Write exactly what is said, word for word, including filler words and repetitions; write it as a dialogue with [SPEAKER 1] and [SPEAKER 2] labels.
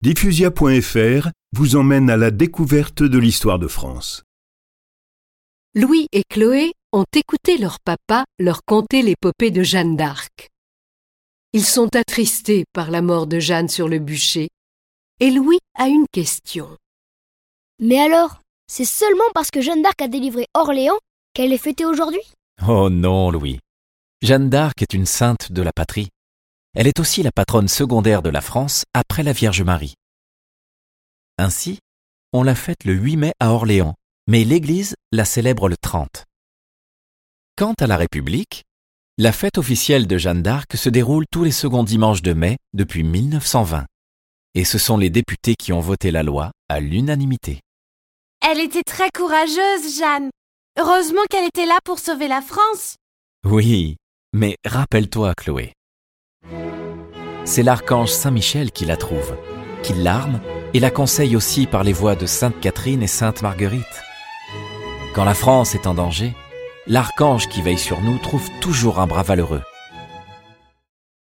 [SPEAKER 1] Diffusia point F R vous emmène à la découverte de l'histoire de France.
[SPEAKER 2] Louis et Chloé ont écouté leur papa leur conter l'épopée de Jeanne d'Arc. Ils sont attristés par la mort de Jeanne sur le bûcher, et Louis a une question.
[SPEAKER 3] Mais alors, c'est seulement parce que Jeanne d'Arc a délivré Orléans qu'elle est fêtée aujourd'hui ?
[SPEAKER 4] Oh non, Louis. Jeanne d'Arc est une sainte de la patrie. Elle est aussi la patronne secondaire de la France après la Vierge Marie. Ainsi, on la fête le huit mai à Orléans, mais l'Église la célèbre le trente. Quant à la République, la fête officielle de Jeanne d'Arc se déroule tous les seconds dimanches de mai depuis mille neuf cent vingt. Et ce sont les députés qui ont voté la loi à l'unanimité.
[SPEAKER 5] Elle était très courageuse, Jeanne. Heureusement qu'elle était là pour sauver la France.
[SPEAKER 4] Oui, mais rappelle-toi, Chloé. C'est l'archange Saint-Michel qui la trouve, qui l'arme et la conseille aussi par les voix de Sainte Catherine et Sainte Marguerite. Quand la France est en danger, l'archange qui veille sur nous trouve toujours un bras valeureux